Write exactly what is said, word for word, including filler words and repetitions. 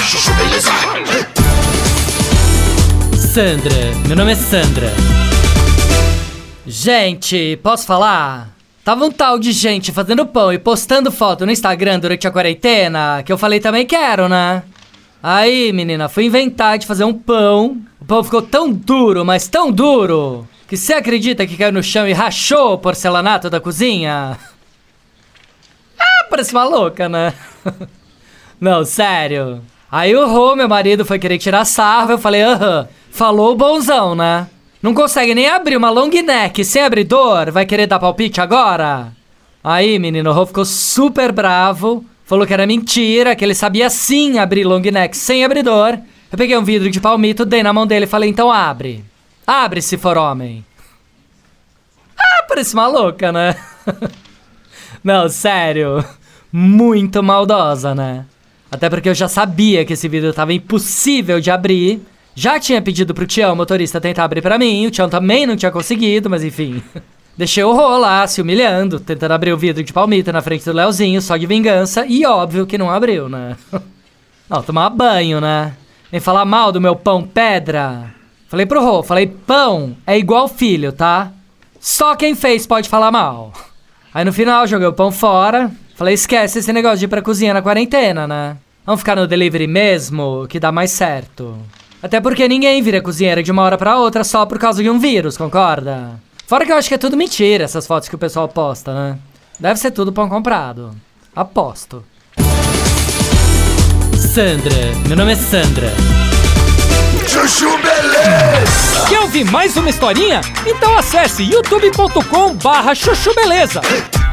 Chuchu Beleza. Sandra, meu nome é Sandra. Gente, posso falar? Tava um tal de gente fazendo pão e postando foto no Instagram durante a quarentena, que eu falei também quero, né? Aí, menina, fui inventar de fazer um pão. O pão ficou tão duro, mas tão duro, que você acredita que caiu no chão e rachou o porcelanato da cozinha? Ah, parece uma louca, né? Não, sério. Aí o Rô, meu marido, foi querer tirar sarro, eu falei, aham, falou o bonzão, né? Não consegue nem abrir uma long neck sem abridor, vai querer dar palpite agora? Aí, menino, o Rô ficou super bravo, falou que era mentira, que ele sabia sim abrir long neck sem abridor. Eu peguei um vidro de palmito, dei na mão dele e falei, então abre. Abre se for homem. Ah, parece uma louca, né? Não, sério, muito maldosa, né? Até porque eu já sabia que esse vidro tava impossível de abrir. Já tinha pedido pro Tião, o motorista, tentar abrir pra mim. O Tião também não tinha conseguido, mas enfim. Deixei o Rô lá, se humilhando, tentando abrir o vidro de palmito na frente do Leozinho, só de vingança. E óbvio que não abriu, né? Não, tomar banho, né? Vem falar mal do meu pão pedra. Falei pro Rô, falei, pão é igual filho, tá? Só quem fez pode falar mal. Aí no final, joguei o pão fora. Falei, esquece esse negócio de ir pra cozinha na quarentena, né? Vamos ficar no delivery mesmo, que dá mais certo. Até porque ninguém vira cozinheira de uma hora pra outra só por causa de um vírus, concorda? Fora que eu acho que é tudo mentira, essas fotos que o pessoal posta, né? Deve ser tudo pão comprado. Aposto. Sandra, meu nome é Sandra. Chuchu Beleza. Quer ouvir mais uma historinha? Então acesse youtube ponto com barra chuchu beleza.